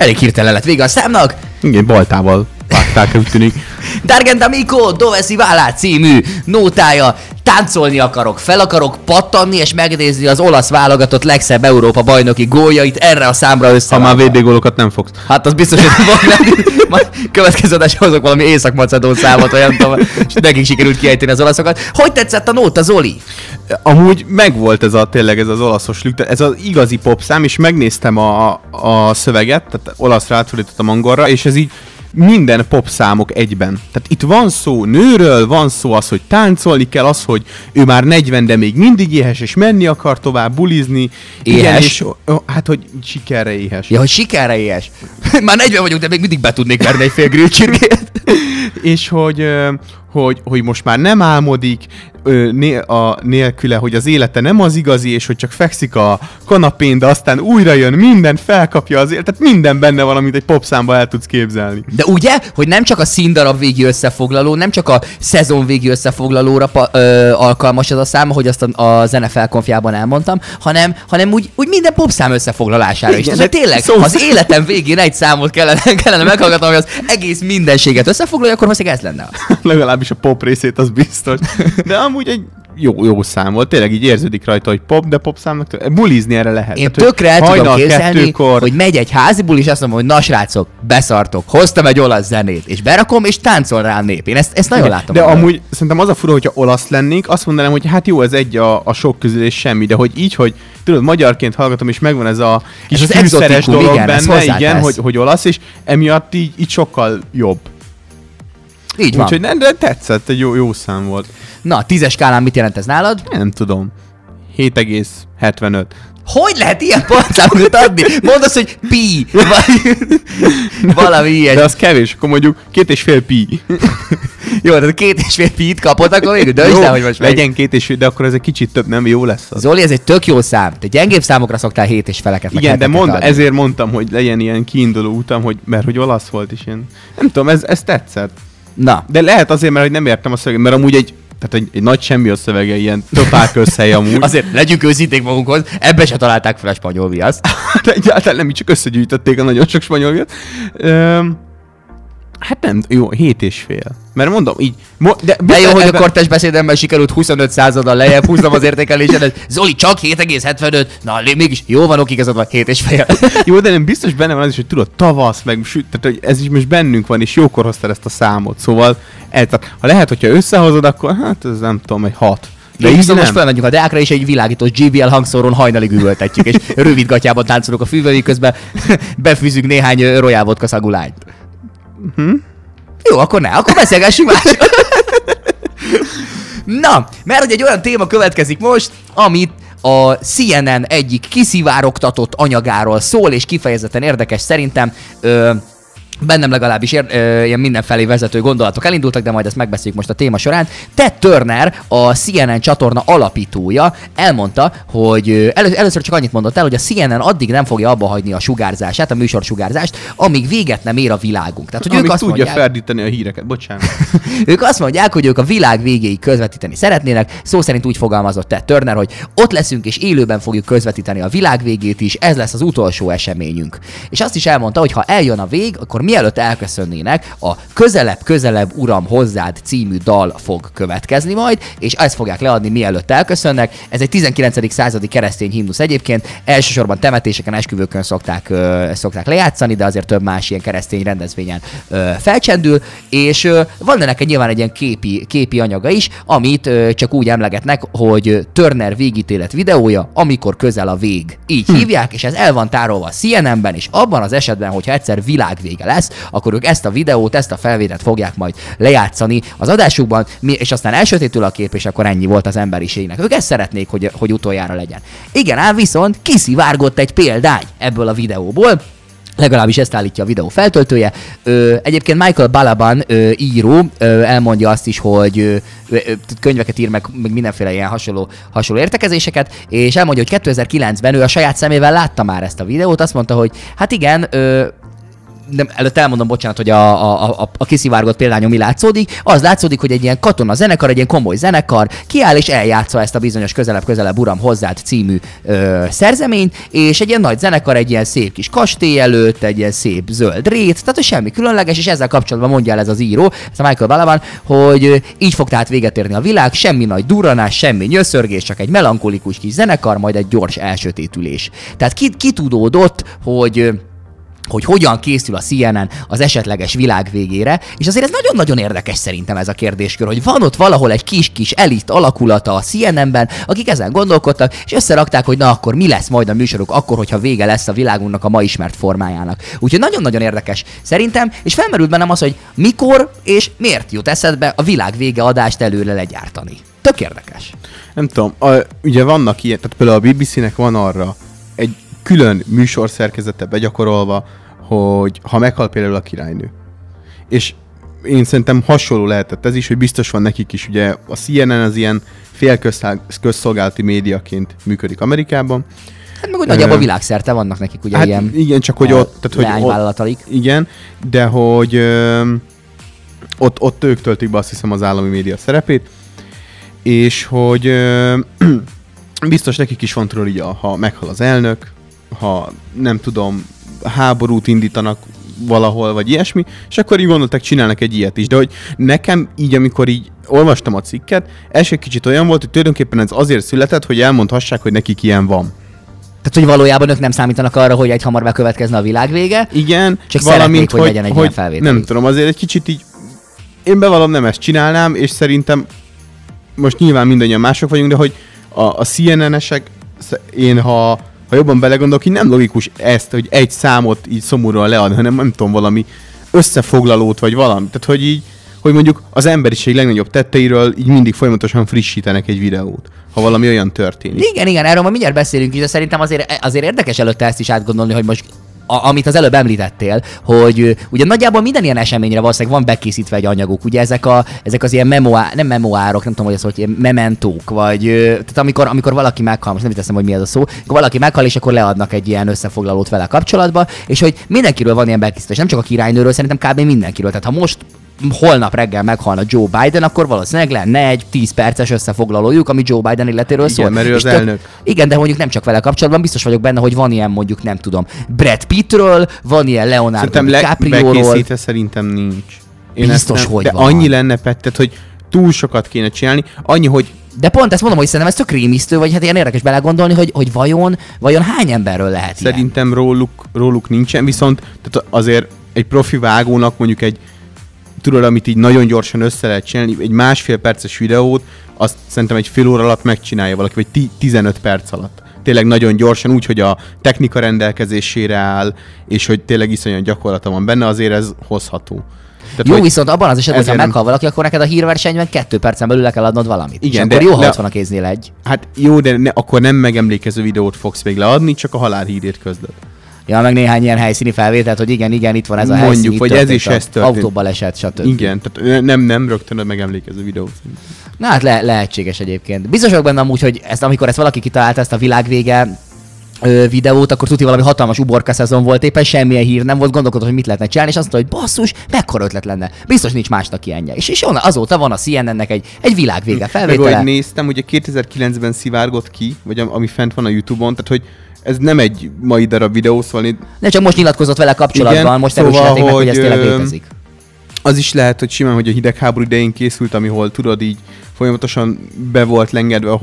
elég hirtelen lett vége a számnak. Igen, baltával vágták, úgy tűnik. D'Argent Amico, Dove si va là című nótája. Táncolni akarok, fel akarok pattanni, és megnézni az olasz válogatott legszebb Európa bajnoki góljait erre a számra összevágva. Ha már védégólokat nem fogsz. Hát az biztos, hogy nem fog lenni. Majd következő adás hozok valami Észak-Macedón számot, olyan tudom, és nekik sikerült kiejteni az olaszokat. Hogy tetszett a nóta, Zoli? Amúgy megvolt tényleg ez az olaszos lüktet, ez az igazi popszám, és megnéztem a szöveget, tehát olaszra átfordítottam angolra, és ez így minden popszámok egyben. Tehát itt van szó nőről, van szó az, hogy táncolni kell, az, hogy ő már 40, de még mindig éhes, és menni akar tovább, bulizni. Éhes? Igen, és, hát, hogy sikerre éhes. Ja, hogy sikerre éhes. Már 40 vagyok, de még mindig be tudnék verni egy fél grilled csirkét. És hogy most már nem álmodik, nélküle, hogy az élete nem az igazi, és hogy csak fekszik a kanapén, de aztán újra jön, mindent felkapja az élet, tehát minden benne van, amit egy popszámba el tudsz képzelni. De ugye, hogy nem csak a színdarab végi összefoglaló, nem csak a szezon végi összefoglalóra alkalmas ez a szám, ahogy azt a Zenefel konfjában elmondtam, hanem úgy minden popszám összefoglalására is. Tehát tényleg, ha az életem végén egy számot kellene meghallgatnom, hogy az egész mindenséget összefoglalja, akkor most ez lenne az. Legalábbis a pop részét, az biztos. De amúgy egy jó szám volt, tényleg így érződik rajta, hogy pop, de popszámnak bulizni erre lehet. Én tehát, tökre el tudom képzelni, hogy megy egy házi buli, és azt mondom, hogy na srácok, beszartok, hoztam egy olasz zenét, és berakom, és táncol rá a nép. Én ezt nagyon látom. De amúgy szerintem az a fura, hogyha olasz lennénk, azt mondanám, hogy hát jó, ez egy a sok közül és semmi, de hogy így, hogy tudod, magyarként hallgatom, és megvan ez a kis fűszeres dolog igen, benne, igen, hogy olasz, és emiatt így sokkal jobb. Így van. Úgyhogy de tetszett, egy jó szám volt. Na, 10-es skálán mit jelent ez nálad? Nem tudom. 7,75. Hogy lehet ilyen pontszámokat adni? Mondd azt, hogy pi, vagy valami ilyen. De az kevés, akkor mondjuk 2,5 pi. Jó, tehát 2,5 pi-t kapod, akkor végül döntsd el, hogy most legyen 2,5, de akkor ez egy kicsit több, nem jó lesz az. Zoli, ez egy tök jó szám. Te gyengébb számokra szoktál 7 és feleket. Igen, de ezért mondtam, hogy legyen ilyen kiinduló utam, mert hogy olasz volt is ilyen. Nem tudom, ez tetszett. Na. De lehet azért, mert hogy nem értem a szöveget, mert amúgy egy nagy semmi a szövege, ilyen totál közhely amúgy. Azért legyünk őszinték magunkhoz, ebbe se találták fel a spanyol viaszt. De egyáltalán nem, így csak összegyűjtötték a nagyon sok spanyol viaszt. Hát nem, jó, 7,5. Mert mondom, így... De jó, hogy a kortes beszédemben sikerült 25%-al lejjebb húznom az értékelésedet. Zoli, csak 7,75. Na, mégis jó van, oké, igazad van, 7,5. Jó, de nem biztos benne van az is, hogy tudod, tavasz, meg tehát, hogy ez is most bennünk van, és jókor hoztad ezt a számot. Szóval, ha lehet, hogyha összehozod, akkor hát ez nem tudom, egy 6. De így viszont most felmegyünk a Deákra, és egy világítós GBL hangszóron hajnalig üvöltetjük, és rövid gatyában táncolunk a fűvel, közben befűzünk néhány Royal Vodka szagulányt. Jó, akkor beszélgessünk más. Na, mert hogy egy olyan téma következik most, amit a CNN egyik kiszivárogtatott anyagáról szól, és kifejezetten érdekes szerintem. Bennem legalábbis ilyen mindenfelé vezető gondolatok elindultak, de majd ezt megbeszéljük most a téma során. Ted Turner, a CNN csatorna alapítója elmondta, hogy először csak annyit mondott el, hogy a CNN addig nem fogja abba hagyni a sugárzását, a műsorsugárzást, amíg véget nem ér a világunk. Tehát, hogy amíg ők azt tudja mondják, ferdíteni a híreket, bocsánat. Ők azt mondják, hogy ők a világ végéig közvetíteni szeretnének, szó szerint úgy fogalmazott Ted Turner, hogy ott leszünk és élőben fogjuk közvetíteni a világ végét is, ez lesz az utolsó eseményünk. És azt is elmondta, hogy ha eljön a vég, akkor mielőtt elköszönnének, a Közelebb Uram hozzád című dal fog következni majd, és ezt fogják leadni, mielőtt elköszönnek. Ez egy 19. századi keresztény himnusz egyébként, elsősorban temetéseken, esküvőkön szokták lejátszani, de azért több más ilyen keresztény rendezvényen felcsendül, és van ennek nyilván egy ilyen képi anyaga is, amit csak úgy emlegetnek, hogy Turner végítélet videója, amikor közel a vég. Így hívják, és ez el van tárolva a CNN-ben, és abban az esetben, hogyha egyszer világvége lesz, akkor ők ezt a videót, ezt a felvételt fogják majd lejátszani az adásukban, és aztán elsötétül a kép, és akkor ennyi volt az emberiségnek. Ők ezt szeretnék, hogy utoljára legyen. Igen, ám viszont kiszivárgott egy példány ebből a videóból, legalábbis ezt állítja a videó feltöltője. Egyébként Michael Balaban író elmondja azt is, hogy könyveket ír meg mindenféle ilyen hasonló értekezéseket, és elmondja, hogy 2009-ben ő a saját szemével látta már ezt a videót, azt mondta, hogy hát igen, előtte elmondom, bocsánat, hogy a kiszivárgott példányon mi látszódik. Az látszódik, hogy egy ilyen katona zenekar, egy ilyen komoly zenekar kiáll és eljátsza ezt a bizonyos Közelebb Uram hozzád című szerzeményt, és egy ilyen nagy zenekar egy ilyen szép kis kastély előtt, egy ilyen szép zöld rét, tehát hogy semmi különleges, és ezzel kapcsolatban mondja el ez az író, ez a Michael Balaban, hogy így fog tehát véget érni a világ, semmi nagy durranás, semmi nyöszörgés, csak egy melankolikus kis zenekar, majd egy gyors elsötétülés. Tehát kitudódott, hogy hogyan készül a CNN az esetleges világ végére, és azért ez nagyon-nagyon érdekes szerintem ez a kérdéskör, hogy van ott valahol egy kis elit alakulata a CNN-ben, akik ezen gondolkodtak, és összerakták, hogy na akkor mi lesz majd a műsoruk akkor, hogyha vége lesz a világunknak a ma ismert formájának. Úgyhogy nagyon-nagyon érdekes szerintem, és felmerült bennem az, hogy mikor és miért jut eszedbe a világ vége adást előre legyártani. Tök érdekes. Nem tudom, ugye vannak ilyen, tehát például a BBC-nek van arra egy külön műsorszerkezete begyakorolva, hogy ha meghal például a királynő. És én szerintem hasonló lehetett ez is, hogy biztos van nekik is, ugye a CNN az ilyen félközszolgálati médiaként működik Amerikában. Hát meg úgy nagyjából világszerte vannak nekik ugye ilyen igen, csak hogy ott, tehát leányvállalataik. Igen, de hogy ott ők töltik be azt hiszem az állami média szerepét, és hogy biztos nekik is van tudod így, ha meghal az elnök, ha nem tudom, háborút indítanak valahol, vagy ilyesmi, és akkor így gondoltak, csinálnak egy ilyet is. De hogy nekem így, amikor így olvastam a cikket, első kicsit olyan volt, hogy tulajdonképpen ez azért született, hogy elmondhassák, hogy nekik ilyen van. Tehát, hogy valójában ők nem számítanak arra, hogy egy hamar bekövetkezne a világ vége. Igen, csak szeretnék, hogy legyen egy ilyen felvétel. Nem tudom, azért egy kicsit így, én bevallom, nem ezt csinálnám, és szerintem most nyilván mindannyian mások vagyunk, de hogy a CNN-esek, én ha jobban belegondolok, így nem logikus ezt, hogy egy számot így szomorúan leadni, hanem nem tudom, valami összefoglalót, vagy valami. Tehát, hogy így, hogy mondjuk az emberiség legnagyobb tetteiről így mindig folyamatosan frissítenek egy videót, ha valami olyan történik. Igen, erről majd mindjárt beszélünk is, de szerintem azért érdekes előtte ezt is átgondolni, hogy most amit az előbb említettél, hogy ugye nagyjából minden ilyen eseményre valószínűleg van bekészítve egy anyaguk, ugye ezek az ilyen nem memoárok, nem tudom, hogy ez hogy ilyen mementók, vagy tehát amikor valaki meghal, most nem teszem, hogy mi ez a szó, amikor valaki meghal, és akkor leadnak egy ilyen összefoglalót vele kapcsolatba, és hogy mindenkiről van ilyen bekészítés, nem csak a királynőről, szerintem kb. Mindenkiről. Tehát ha most holnap reggel meghalna Joe Biden, akkor valószínűleg lenne egy 10 perces összefoglalójuk, ami Joe Biden életéről szól. Igen, mert ő az elnök. Igen, de mondjuk nem csak vele kapcsolatban, biztos vagyok benne, hogy van ilyen mondjuk, nem tudom, Brad Pittről, van ilyen Leonardo DiCaprio-ról. Bekészítve szerintem nincs. Biztos, hogy de van. annyi lenne pettet, hogy túl sokat kéne csinálni, annyi, hogy... De pont ezt mondom, hogy szerintem ez tök rémisztő, vagy hát ilyen érdekes belegondolni, hogy vajon hány emberről lehet szerintem ilyen? Róluk nincsen, viszont tehát azért egy profi vágónak mondjuk egy tudod, amit így nagyon gyorsan össze lehet csinálni, egy másfél perces videót, azt szerintem egy fél óra alatt megcsinálja valaki, vagy 15 perc alatt. Tényleg nagyon gyorsan, úgy, hogy a technika rendelkezésére áll, és hogy tényleg iszonyan gyakorlata van benne, azért ez hozható. Tehát, jó, viszont abban az esetben, hogyha meghal valaki, akkor neked a hírversenyben 2 percen belül le kell adnod valamit. Igen, és akkor jó, ha ott van a kéznél egy. Hát jó, de akkor nem megemlékező videót fogsz még leadni, csak a halálhírét közlöd. Ja, meg néhány ilyen helyszíni felvételt, hogy igen, itt van ez a helyszín. Mondjuk, vagy ez is ez történt. Autóbaleset, stb. Igen, tehát nem rögtön a megemlékező videót. Na hát lehetséges egyébként. Biztos vagyok benne amúgy, hogy amikor ezt valaki kitalálta, ezt a világvége videót, akkor tuti valami hatalmas uborka szezon volt, éppen semmilyen hír nem volt, gondolkodott, hogy mit lehetne csinálni, és azt mondta, hogy basszus, mekkora ötlet lenne. Biztos nincs másnak ilyenje. És azóta van a CNN-nek egy világvége felvétele. Meg ahogy néztem, ugye 2009-ben szivárgott ki, vagy ami fent van a YouTube-on, tehát hogy ez nem egy mai darab videó, szóval... De csak most nyilatkozott vele kapcsolatban, igen, most szóval, erősítették meg, hogy ez tényleg létezik. Az is lehet, hogy simán, hogy a hidegháború idején készült, amihol tudod így folyamatosan be volt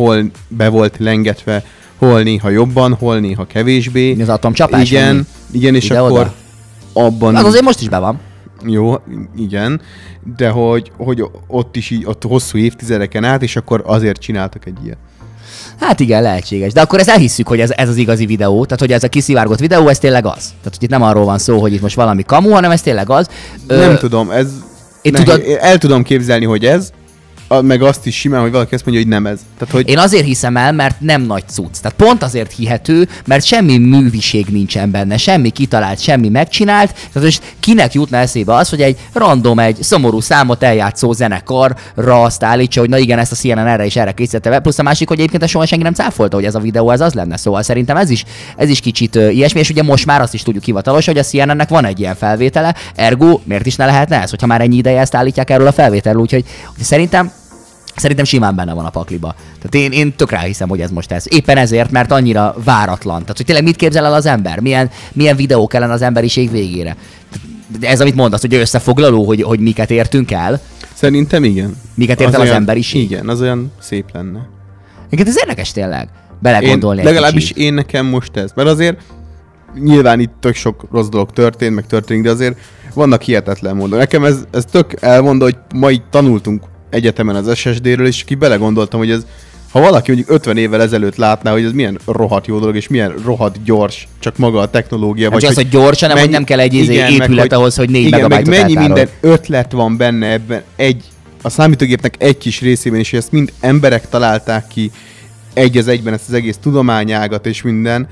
lengetve, hol néha jobban, hol néha kevésbé. Az atomcsapás? Igen, és ide akkor abban... Az azért most is be van. Jó, igen, de hogy ott is így, ott hosszú évtizedeken át, és akkor azért csináltak egy ilyet. Hát igen, lehetséges. De akkor ezt elhisszük, hogy ez az igazi videó, tehát hogy ez a kiszivárgott videó, ez tényleg az. Tehát hogy itt nem arról van szó, hogy itt most valami kamu, hanem ez tényleg az. Nem tudom, el tudom képzelni, hogy ez, meg azt is simán, hogy valaki azt mondja, hogy nem ez. Tehát, hogy... Én azért hiszem el, mert nem nagy cucc. Tehát pont azért hihető, mert semmi műviség nincsen benne, semmi kitalált, semmi megcsinált. Tehát most kinek jutna eszébe az, hogy egy random, egy szomorú számot eljátszó zenekarra azt állítsa, hogy na igen, ezt a CNN erre is erre készítette. Plusz a másik, hogy egyébként soha senki nem cáfolta, hogy ez a videó az lenne. Szóval szerintem ez is kicsit ilyesmi, és ugye most már azt is tudjuk hivatalosan, hogy a CNN-nek van egy ilyen felvétele, ergo miért is ne lehetne ez, hogyha már ennyi ideje ezt állítják erről a felvételről, úgyhogy szerintem simán benne van a pakliba. Tehát én tök ráhiszem, hogy ez most ez. Éppen ezért, mert annyira váratlan. Tehát, hogy tényleg mit képzel el az ember? Milyen videó kellene az emberiség végére? Ez, amit mondasz, hogy összefoglaló, hogy miket értünk el? Szerintem igen. Miket ért el az emberiség? Igen, az olyan szép lenne. Igen, ez érdekes tényleg. Belegondolni legalábbis én nekem most ez. Mert azért nyilván itt tök sok rossz dolog történt, meg történik, de azért vannak hihetetlen módon. Nekem ez tök elmondó, hogy ma így tanultunk egyetemen az SSD-ről, és ki belegondoltam, hogy ez, ha valaki mondjuk 50 évvel ezelőtt látná, hogy ez milyen rohadt jó dolog, és milyen rohadt gyors, csak maga a technológia. Vagy csak az, hogy gyors, hanem hogy nem kell egy épület ahhoz, hogy 4 megabájtot mennyi minden ötlet van benne ebben, a számítógépnek egy kis részében, és ezt mind emberek találták ki egy az egyben ezt az egész tudományágat és minden,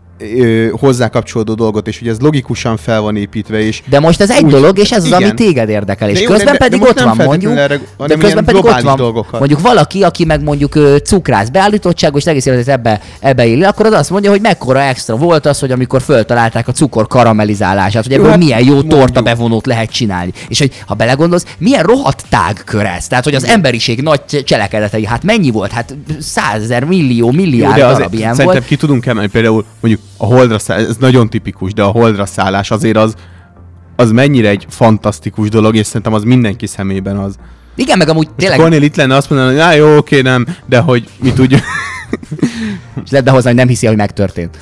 hozzá kapcsolódó dolgot, és hogy ez logikusan fel van építve, és... De most ez egy dolog, és ez igen. Az, ami téged érdekel, és közben pedig ott van mondjuk... De közben pedig ott van mondjuk valaki, aki meg mondjuk cukrász beállítottságú, és egész életet ebbe éli, akkor az azt mondja, hogy mekkora extra volt az, hogy amikor föltalálták a cukor karamellizálását, hogy ebből milyen jó torta bevonót lehet csinálni. És hogy ha belegondolsz, milyen rohadt tág kör ez. Tehát, hogy az emberiség nagy cselekedetei, hát mennyi volt? Hát 100 000 millió, milliárd darab ilyen volt. Szerintem ki tudunk emelni például mondjuk a holdra szállás, ez nagyon tipikus, de a holdra szállás azért az mennyire egy fantasztikus dolog, és szerintem az mindenki szemében az. Igen, meg amúgy tényleg... Kornél itt lenne azt mondaná, hogy jó, oké, nem, de hogy mi tudjuk. És lehet behozni, hogy nem hiszi, hogy megtörtént.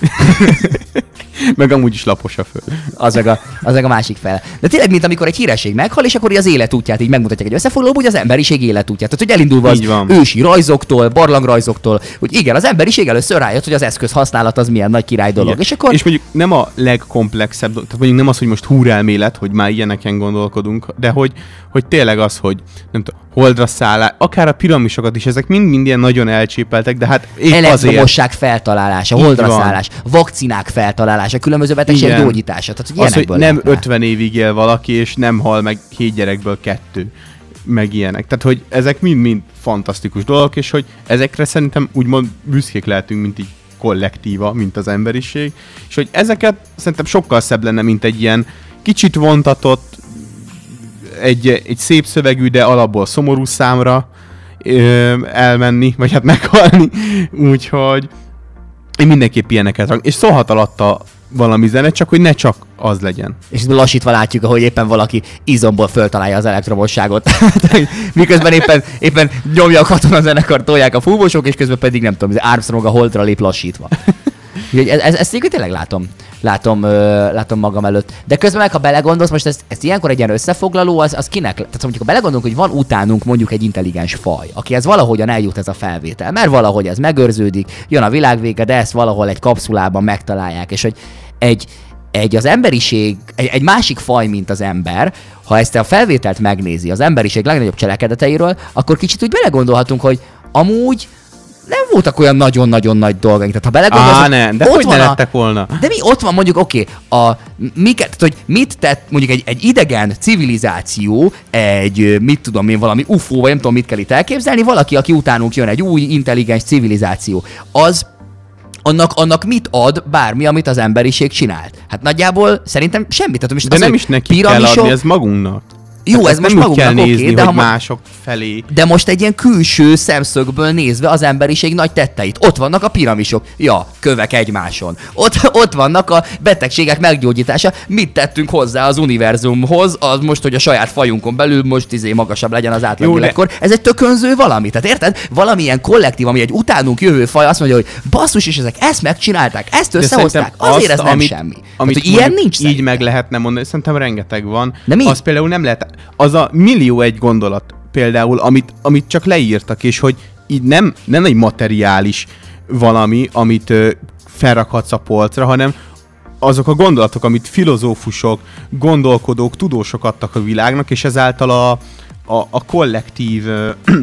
Meg amúgy is lapos a föld. Az meg a másik fele. De tényleg, mint amikor egy híresség meghal, és akkor az életútját így megmutatják egy összefoglalóban, hogy az emberiség életútját. Tehát, hogy elindulva az ősi rajzoktól, barlangrajzoktól, hogy igen, az emberiség először rájött, hogy az eszköz használat az milyen nagy király dolog. És mondjuk nem a legkomplexebb, tehát mondjuk nem az, hogy most húrelmélet, hogy már ilyeneken gondolkodunk, de hogy tényleg az, hogy nem tudom, holdra szállás, akár a piramisokat is, ezek mind ilyen nagyon elcsépeltek, de hát épp elektromosság feltalálása, holdra szállás, vakcinák feltalálása, különböző betegségek gyógyítása. Tehát, az, hogy nem 50 évig él valaki, és nem hal meg 7 gyerekből 2, meg ilyenek. Tehát, hogy ezek mind-mind fantasztikus dolgok, és hogy ezekre szerintem úgymond büszkék lehetünk, mint így kollektíva, mint az emberiség, és hogy ezeket szerintem sokkal szebb lenne, mint egy ilyen kicsit vontatott, egy szép szövegű, de alapból szomorú számra elmenni, vagy hát meghalni, úgyhogy én mindenképp ilyeneket rak. És szólhat alatta valami zene, csak hogy ne csak az legyen. És lassítva látjuk, ahogy éppen valaki izomból föltalálja az elektromosságot. Miközben éppen nyomja a katonazenekar, tolják a fúvósok, és közben pedig nem tudom, Armstrong a holdra lép lassítva. Ezt tényleg látom magam előtt. De közben meg, ha belegondolsz, most ez ilyenkor egy ilyen összefoglaló, az kinek? Tehát mondjuk, ha belegondolunk, hogy van utánunk mondjuk egy intelligens faj, akihez valahogyan eljut ez a felvétel, mert valahogy ez megőrződik, jön a világvége, de ezt valahol egy kapszulában megtalálják, és hogy egy az emberiség, egy másik faj, mint az ember, ha ezt a felvételt megnézi az emberiség legnagyobb cselekedeteiről, akkor kicsit úgy belegondolhatunk, hogy amúgy nem voltak olyan nagyon-nagyon nagy dolgaink. Tehát ha belegondolsz, de hogy ne lettek volna? De mi ott van mondjuk, hogy mit tett mondjuk egy idegen civilizáció, mit tudom én, valami UFO, vagy nem tudom, mit kell itt elképzelni, valaki, aki utánunk jön, egy új intelligens civilizáció, annak mit ad bármi, amit az emberiség csinált? Hát nagyjából szerintem semmit. Tehát, de nem is neki kell adni, ez magunknak. Jó, ez most magunknak kell nézni, de hogy mások felé. De most egy ilyen külső szemszögből nézve az emberiség nagy tetteit. Ott vannak a piramisok. Ja, kövek egymáson. Ott vannak a betegségek meggyógyítása. Mit tettünk hozzá az univerzumhoz, az most, hogy a saját fajunkon belül most magasabb legyen az átlag életkor. Ez egy tökönző valami. Tehát érted? Valamilyen kollektív, ami egy utánunk jövő faj azt mondja, hogy basszus, és ezek ezt megcsinálták, ezt összehozták. Azért ez nem semmi. Amit hát, ilyen nincs. Így meg lehetne mondani, szerintem rengeteg van. De mi? Az például nem lehet. Az a millió egy gondolat például, amit csak leírtak, és hogy így nem egy materiális valami, amit felrakhatsz a polcra, hanem azok a gondolatok, amit filozófusok, gondolkodók, tudósok adtak a világnak, és ezáltal a kollektív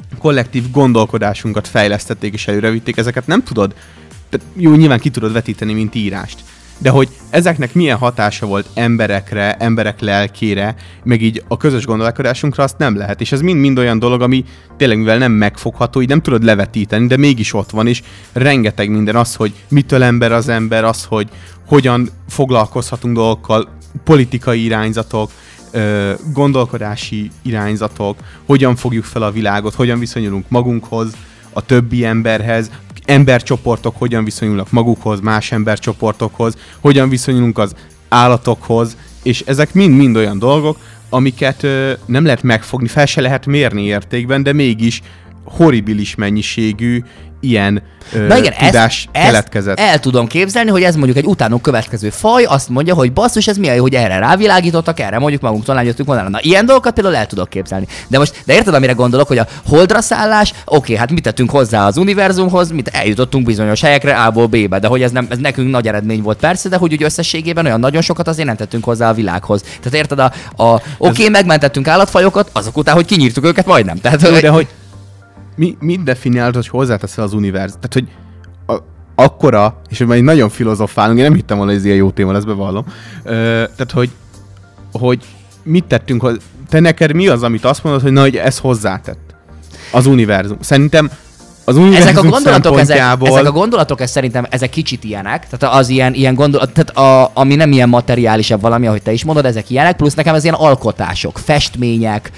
kollektív gondolkodásunkat fejlesztették és előrevitték, ezeket nem tudod, jó, nyilván ki tudod vetíteni, mint írást, de hogy ezeknek milyen hatása volt emberekre, emberek lelkére, meg így a közös gondolkodásunkra, azt nem lehet. És ez mind-mind olyan dolog, ami tényleg, mivel nem megfogható, így nem tudod levetíteni, de mégis ott van, és rengeteg minden az, hogy mitől ember, az, hogy hogyan foglalkozhatunk dolgokkal, politikai irányzatok, gondolkodási irányzatok, hogyan fogjuk fel a világot, hogyan viszonyulunk magunkhoz, a többi emberhez, embercsoportok hogyan viszonyulnak magukhoz, más embercsoportokhoz, hogyan viszonyulunk az állatokhoz, és ezek mind-mind olyan dolgok, amiket nem lehet megfogni, fel se lehet mérni értékben, de mégis horribilis mennyiségű ilyen tudás keletkezett. El tudom képzelni, hogy ez mondjuk egy utánunk következő faj, azt mondja, hogy basszus, ez milyen jó, hogy erre rávilágítottak, erre mondjuk magunktól lányoztunk volna. Na, ilyen dolgokat például el tudok képzelni. De érted, amire gondolok, hogy a holdra szállás, oké, hát mit tettünk hozzá az univerzumhoz, mit eljutottunk bizonyos helyekre A-ból B-be, de hogy ez nekünk nagy eredmény volt persze, de hogy úgy összességében olyan nagyon sokat azért nem tettünk hozzá a világhoz. Tehát érted, oké, megmentettünk állatfajokat, azok után, hogy kinyírtuk őket majdnem. Tehát, de hogy mit definiálod, hogy hozzáteszel az univerzum? Tehát, hogy akkora, és majd nagyon filozofálunk, én nem hittem volna, hogy ez ilyen jó téma lesz, bevallom. Tehát, hogy mit tettünk, hogy te neked mi az, amit azt mondod, hogy na, hogy ez hozzátett az univerzum. Szerintem az univerzum ezek a gondolatok, szerintem ezek kicsit ilyenek, tehát az ilyen gondolat, tehát ami nem ilyen materiálisabb valami, ahogy te is mondod, ezek ilyenek, plusz nekem ez ilyen alkotások, festmények,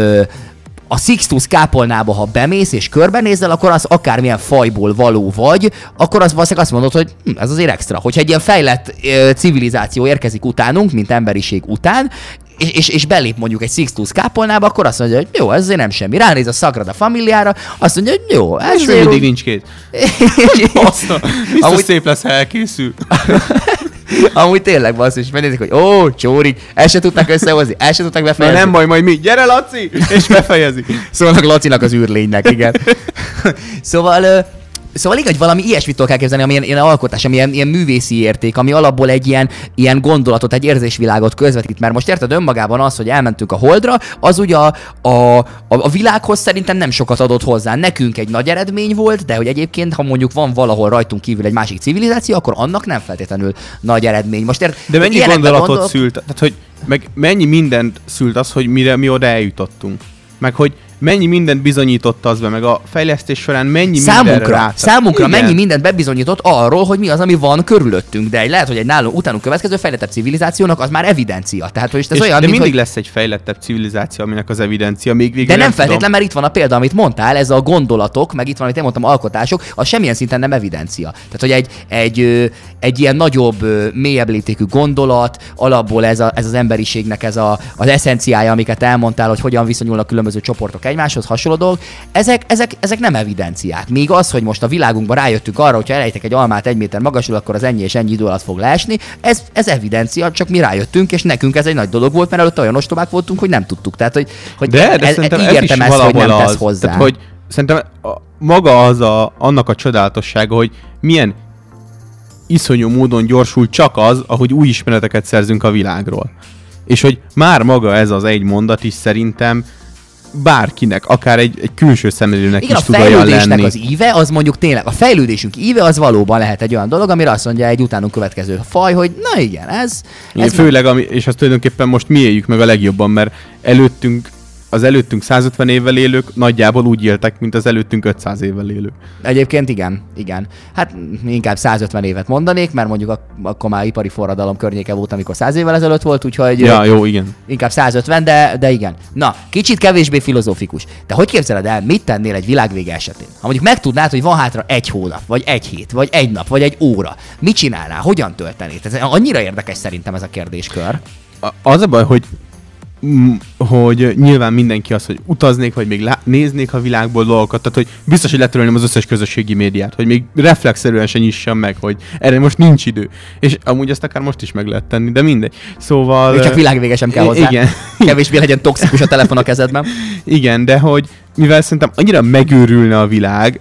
a Sixtus kápolnába, ha bemész és körbenézel, akkor az akármilyen fajból való vagy, akkor az valószínűleg azt mondod, hogy ez azért extra. Hogyha egy ilyen fejlett civilizáció érkezik utánunk, mint emberiség után, és belép mondjuk egy Sixtus kápolnába, akkor azt mondja, hogy jó, ez azért nem semmi. Ránéz a Sagrada Familiára, azt mondja, hogy jó, ez és mindig nincs két. Biztos szép lesz, ha elkészül. Amúgy tényleg basszus, és megnézik, hogy csórik, el se tudták összehozni, el se tudták befejezni. Na nem baj, majd mi? Gyere, Laci! És befejezi. Szólnak Lacinak az űrlénynek, igen. Szóval igaz, valami ilyesmit kell képzelni, ami ilyen alkotás, ami ilyen művészi érték, ami alapból egy ilyen gondolatot, egy érzésvilágot közvetít. Mert most érted, önmagában az, hogy elmentünk a Holdra, az ugye a világhoz szerintem nem sokat adott hozzá. Nekünk egy nagy eredmény volt, de hogy egyébként, ha mondjuk van valahol rajtunk kívül egy másik civilizáció, akkor annak nem feltétlenül nagy eredmény. Most de mennyi gondolatot szült, tehát hogy meg mennyi mindent szült az, hogy mi oda eljutottunk. Meg hogy mennyi mindent bizonyított az be, meg a fejlesztés során mennyi mindenre rátett. Számunkra mennyi mindent bebizonyított arról, hogy mi az, ami van körülöttünk. De lehet, hogy egy nálunk utánunk következő fejlettebb civilizációnak az már evidencia. Tehát, hogy ez olyan, de mindig lesz egy fejlettebb civilizáció, aminek az evidencia még végül. De nem feltétlen, mert itt van a példa, amit mondtál, ez a gondolatok, meg itt van, amit én mondtam, alkotások, az semmilyen szinten nem evidencia. Tehát, hogy egy ilyen nagyobb, mélyebb léptékű gondolat, alapból ez az emberiségnek az eszenciája, amiket elmondtál, hogy hogyan viszonyulnak különböző csoportok egymáshoz, hasonló dolgok, ezek nem evidenciák. Míg az, hogy most a világunkban rájöttünk arra, hogyha elejtek egy almát 1 méter magasul, akkor az ennyi és ennyi idő alatt fog leesni, ez evidencia, csak mi rájöttünk, és nekünk ez egy nagy dolog volt, mert előtte olyan ostobák voltunk, hogy nem tudtuk. Tehát, hogy de szerintem így értem ezt, hogy nem tesz hozzá. Tehát, hogy szerintem maga annak a csodálatossága, hogy milyen iszonyú módon gyorsul csak az, ahogy új ismereteket szerzünk a világról. És hogy már maga ez az egy mondat is szerintem bárkinek, akár egy külső szemlélőnek is tud olyan lenni. Igen, a fejlődésnek az íve, az mondjuk tényleg, a fejlődésünk íve, az valóban lehet egy olyan dolog, amire azt mondja egy utánunk következő faj, hogy na igen, ez főleg, és azt tulajdonképpen most mi éljük meg a legjobban, mert az előttünk 150 évvel élők nagyjából úgy éltek, mint az előttünk 500 évvel élők. Egyébként igen. Hát inkább 150 évet mondanék, mert mondjuk akkor már ipari forradalom környéke volt, amikor 100 évvel ezelőtt volt, úgyhogy... Ja, jó, igen. Inkább 150, de igen. Na, kicsit kevésbé filozófikus. Te hogy képzeled el, mit tennél egy világvége esetén? Ha mondjuk megtudnád, hogy van hátra 1 hónap, vagy 1 hét, vagy 1 nap, vagy 1 óra, mit csinálnál? Hogyan töltenéd? Ez annyira érdekes szerintem ez a kérdéskör. Az a baj, hogy nyilván mindenki az, hogy utaznék, vagy még néznék a világból dolgokat, tehát hogy biztos, hogy letörölném az összes közösségi médiát, hogy még reflexzerűen se nyissam meg, hogy erre most nincs idő. És amúgy ezt akár most is meg lehet tenni, de mindegy. Szóval... Csak világvége sem kell hozzá. Igen. Kevésbé legyen toxikus a telefon a kezedben. Igen, de hogy mivel szerintem annyira megőrülne a világ,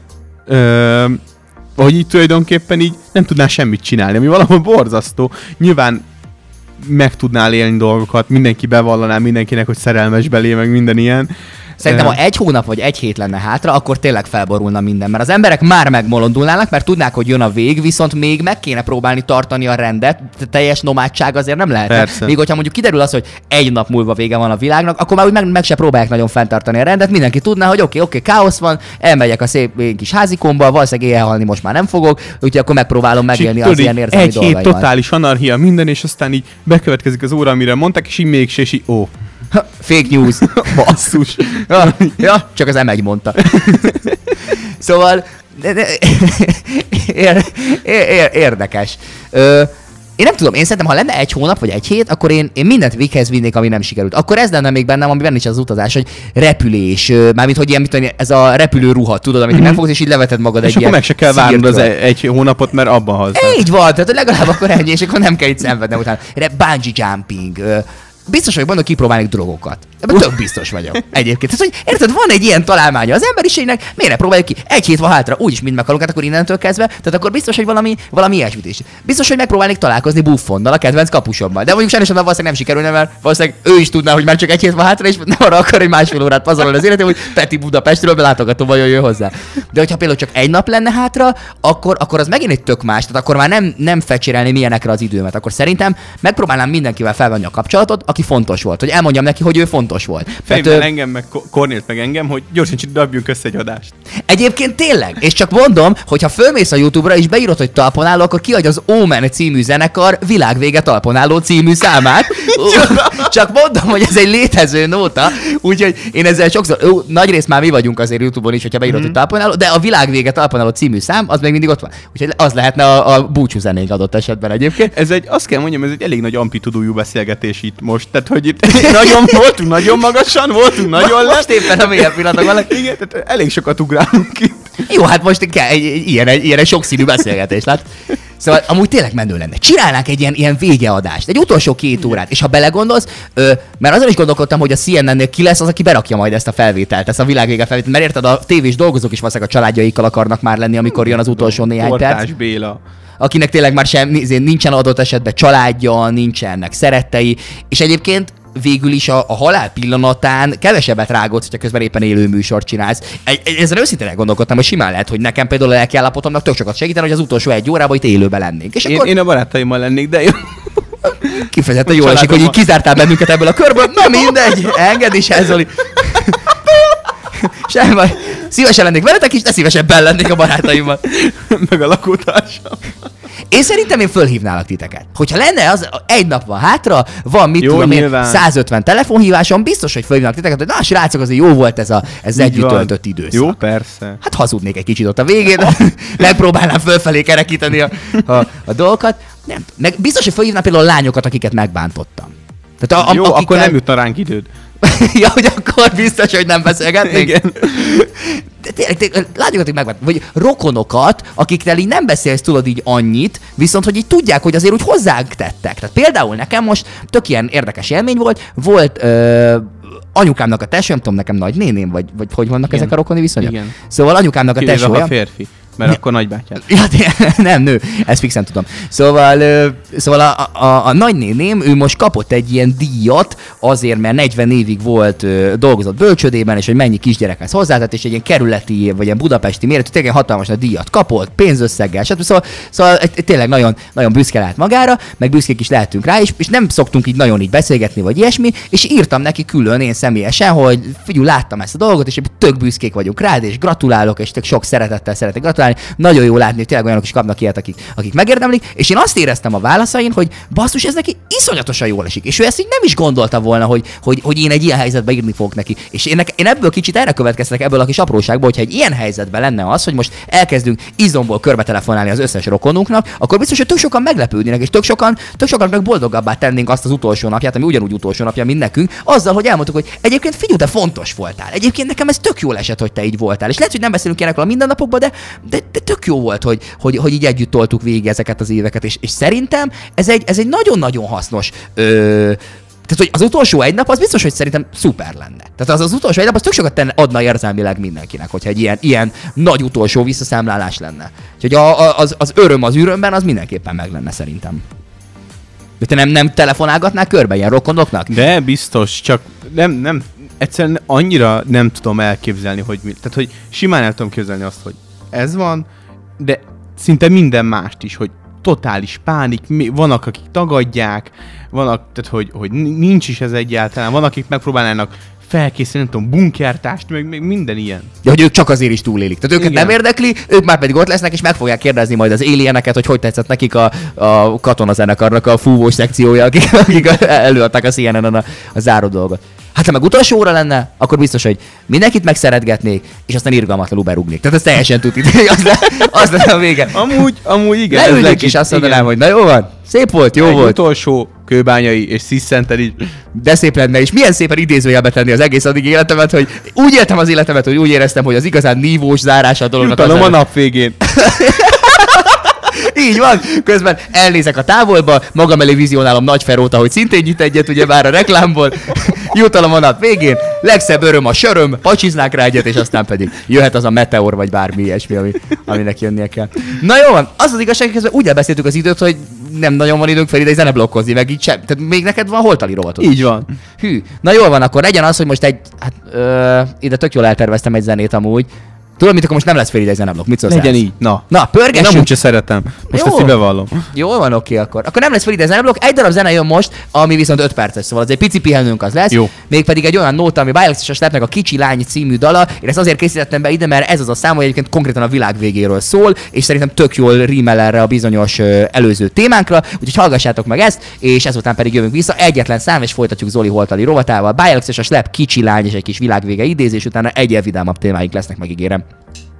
hogy így tulajdonképpen így nem tudnál semmit csinálni, ami valahol borzasztó. Nyilván meg tudnál élni dolgokat, mindenki bevallaná mindenkinek, hogy szerelmes belé, meg minden ilyen. Szerintem, ha 1 hónap vagy 1 hét lenne hátra, akkor tényleg felborulna minden, mert az emberek már megbolondulnának, mert tudnák, hogy jön a vég, viszont még meg kéne próbálni tartani a rendet, teljes nomádság azért nem lehet. Még hogyha mondjuk kiderül az, hogy 1 nap múlva vége van a világnak, akkor már úgy meg se próbálják nagyon fenntartani a rendet, mindenki tudná, hogy oké, káosz van, elmegyek a szép kis házikomba, valószínűleg éjjel most már nem fogok, úgyhogy akkor megpróbálom megélni az ilyen érzelmi dolgaimat. 1 hét totális anarchia, minden, és aztán így bekövetkezik az óra, amire mondták, és így mégse, és így, fake news. Basszus. Ja, csak az M1 mondta. Szóval érdekes. Én nem tudom, én szerintem, ha lenne 1 hónap vagy 1 hét, akkor én mindent véghez vinnék, ami nem sikerült. Akkor ez lenne még bennem, amiben is az utazás, hogy repülés, mármint, hogy ilyen, ez a repülő ruha, tudod, amit megfogsz, és így leveted magad és egy ilyen. És akkor meg se kell várnod az 1 hónapot, mert abban hazdál. Így van, tehát legalább akkor ennyi, és akkor nem kell itt szenvednem utána. Bungee jumping. Biztos vagyok benne, hogy kipróbálnék drogokat. Ebben tök biztos vagyok. Egyébként. Tehát, hogy érted, van egy ilyen találmánya az emberiségnek, miért ne próbáljuk ki? 1 hét van hátra, úgyis mind meghalunk, hát akkor innentől kezdve. Tehát akkor biztos, hogy valami ilyesmit is. Biztos, hogy megpróbálnék találkozni Buffonnal, a kedvenc kapusommal. De mondjuk sajnos valószínűleg nem sikerülne, mert valószínűleg ő is tudná, hogy már csak 1 hét van hátra, és nem arra akar, hogy 1,5 órát pazarolni az életem, hogy Peti Budapestről belátogatom, vagy jön hozzá. De hogyha például csak 1 nap lenne hátra, akkor az megint egy tök más. Tehát akkor már nem fecsérelném ilyenekre az időmet. Akkor szerintem megpróbálnám mindenkivel felvenni a kapcsolatot, aki fontos volt, hogy elmondjam neki, hogy ő fontos volt. Fejben engem, meg Kornélt meg engem, hogy gyorsan dobjunk össze egy adást. Egyébként tényleg, és csak mondom, hogy ha fölmész a YouTube-ra és beírod, hogy talponáló, akkor kiadj az Omen című zenekar Világvége talponáló című számát. Csak mondom, hogy ez egy létező nóta, úgyhogy én ezzel sokszor, nagyrészt már mi vagyunk azért YouTube-on is, hogyha beírod, hogy talponáló, de a Világvége talponáló című szám, az még mindig ott van. Úgyhogy az lehetne a búcsú zenénk adott esetben egyébként. Azt kell mondjam, ez egy elég nagy amplitudújú beszélgetés itt most. Tehát, hogy itt voltunk nagyon magasan, voltunk nagyon most éppen a mélyebb pillanatokban. Igen, tehát elég sokat ugrálunk itt. Jó, hát most kell ilyen sokszínű beszélgetés, lát? Szóval amúgy tényleg menő lenne. Csinálnánk egy ilyen végeadást, egy utolsó 2 órát, és ha belegondolsz, mert azon is gondolkodtam, hogy a CNN-nél ki lesz az, aki berakja majd ezt a felvételt, ezt a világvége felvételt, mert érted, a tévés dolgozók is valószínűleg a családjaikkal akarnak már lenni, amikor jön az utolsó néhány perc. Portás Béla. Akinek tényleg már nincsen adott esetben családja, nincsenek szerettei, és egyébként végül is a halál pillanatán kevesebbet rágódsz, hogyha közben éppen élő műsort csinálsz. Ezzel őszintén elgondolkodtam, hogy simán lehet, hogy nekem például a lelkiállapotomnak tök sokat segítene, hogy az utolsó 1 órában itt élőben lennénk. És akkor... én a barátaimmal lennék, de jó. Kifejezetten jól esik, hogy így kizártál bennünket ebből a körből. Na mindegy, engedd is el, Zoli. Semmi baj. Szívesen lennék veletek is, de szívesebben lennék a barátaimmal. Meg a lakótársam. Én szerintem én fölhívnálak titeket. Hogyha lenne az, 1 nap van hátra, van mit jó, tudom én, 150 telefonhívásom, biztos, hogy fölhívnálak titeket, hogy na srácok, azért jó volt ez együtt töltött időszak. Jó, persze. Hát hazudnék egy kicsit ott a végén, megpróbálnám fölfelé kerekíteni a dolgokat. Nem. Meg biztos, hogy fölhívnám például a lányokat, akiket megbántottam. Tehát jó, akkor nem jutna ránk időd. Ja, hogy akkor biztos, hogy nem beszélgetnénk. Igen. De tényleg, lányokat, hogy megvált, vagy rokonokat, akikkel így nem beszélsz tudod így annyit, viszont hogy így tudják, hogy azért úgy hozzánk tettek. Tehát például nekem most tök ilyen érdekes élmény volt anyukámnak a tesó, nem tudom, nekem nagynéném, vagy hogy vannak ezek a rokoni viszonyok? Igen. Szóval anyukámnak a tesója. A férfi. Mert akkor nagybátyád. Ja, nem, nő, ezt fixen tudom. Szóval a nagynéném, ő most kapott egy ilyen díjat azért, mert 40 évig dolgozott bölcsődében, és hogy mennyi kisgyerekhez hozzátett, és egy ilyen kerületi, vagy ilyen budapesti méretű, tényleg hatalmas nagy díjat kapott, pénzösszeggel, stb. Szóval tényleg nagyon, nagyon büszke lehet magára, meg büszkék is lehetünk rá, és nem szoktunk így nagyon így beszélgetni, vagy ilyesmi, és írtam neki külön én személyesen, hogy figyelj, láttam ezt a dolgot, és tök büszkék vagyunk rád, és gratulálok, és tök sok szeretettel szeretek gratulálni. Nagyon jó látni, hogy tényleg olyanok is kapnak ilyet, akik megérdemlik, és én azt éreztem a válaszain, hogy basszus, ez neki iszonyatosan jól esik. És ő ezt így nem is gondolta volna, hogy én egy ilyen helyzetbe írni fogok neki. És én ebből kicsit erre következtek ebből a kis apróságból, hogyha egy ilyen helyzetben lenne az, hogy most elkezdünk izomból körbe telefonálni az összes rokonunknak, akkor biztos, hogy tök sokan meglepődnének, és tök sokan meg boldogabbá tennénk azt az utolsó napját, ami ugyanúgy utolsó napja, mint nekünk, azzal, hogy elmondtuk, hogy egyébként figyelj, te fontos voltál. Egyébként nekem ez tök jól esett, hogy te így voltál. És lehet, hogy nem beszélünk ilyenekről a mindennapokban, de tök jó volt, hogy így együtt toltuk végig ezeket az éveket, és szerintem ez egy nagyon-nagyon hasznos tehát, hogy az utolsó 1 nap az biztos, hogy szerintem szuper lenne. Tehát az utolsó 1 nap az tök sokat adna érzelmileg mindenkinek, hogyha egy ilyen nagy utolsó visszaszámlálás lenne. Úgyhogy az öröm az ürömben az mindenképpen meg lenne szerintem. De te nem telefonálgatnál körbe ilyen rokonoknak? De biztos, csak nem egyszerűen annyira nem tudom elképzelni, hogy mi. Tehát, hogy simán el tudom képzelni azt, hogy ez van, de szinte minden mást is, hogy totális pánik, vannak, akik tagadják, vannak, tehát, hogy nincs is ez egyáltalán, vannak, akik megpróbálnának felkészülni, nem tudom, bunkertást, meg minden ilyen. De hogy ők csak azért is túlélik. Tehát őket nem érdekli, ők már pedig ott lesznek, és meg fogják kérdezni majd az alieneket, hogy tetszett nekik a katonazenekarnak a fúvós szekciója, akik előadták a CNN-en a záró dolgot. Hát ha meg utolsó óra lenne, akkor biztos, hogy mindenkit megszeretgetnék, és aztán irgalmatlanul berúgnék. Tehát ez teljesen tuti. Az lenne a vége. Amúgy igen. Leülnék, és azt mondanám, hogy na jó van, szép volt, jó volt. Utolsó Kőbányai és Sziszcenter is. De szép lenne, és milyen szépen idézőjelbe tenni az egész addig életemet, hogy úgy éltem az életemet, hogy úgy éreztem, hogy az igazán nívós zárása a dolognak. Jutalom a nap végén. Így van, közben elnézek a távolba, magam elé vizionálom Nagy Ferót, ahogy szintén nyit egyet, ugye már a reklámból. Jutalom a nap végén, legszebb öröm a söröm, pacsiznák rá egyet, és aztán pedig jöhet az a meteor, vagy bármi ilyesmi, aminek jönnie kell. Na jó van, az igazság, hogy közben úgy elbeszéltük az időt, hogy nem nagyon van időnk fel ide zeneblokkozni, meg így sem. Tehát még neked van holtali rovatod. Így van. Hű, na jól van, akkor legyen az, hogy most ide tök jól elterveztem egy zenét amúgy. Tudod, mit, akkor most nem lesz fél ide egy zeneblokk. Mit szólsz? Legyen így. Na, pörgessünk. nem úgyse szeretem. Most ezt bevallom. Jól van, oké, akkor. Akkor nem lesz fél ide zeneblokk. Egy darab zene jön most, ami viszont 5 perces, szóval az egy pici pihenőnk az lesz. Jó. Mégpedig egy olyan nóta, ami Bilex és a Slepnek a Kicsi lány című dala. Én ezt azért készítettem be ide, mert ez az a szám, hogy egyébként konkrétan a világ végéről szól, és szerintem tök jól rímel erre a bizonyos előző témánkra. Úgyhogy hallgassátok meg ezt, és ezután pedig jövünk vissza. Egyetlen szám, és folytatjuk Zoli holtali rovatával. Bilex és a Slep Kicsi lány és egy kis világvége idézés, utána egyéb vidámabb témáink lesznek, megígérem.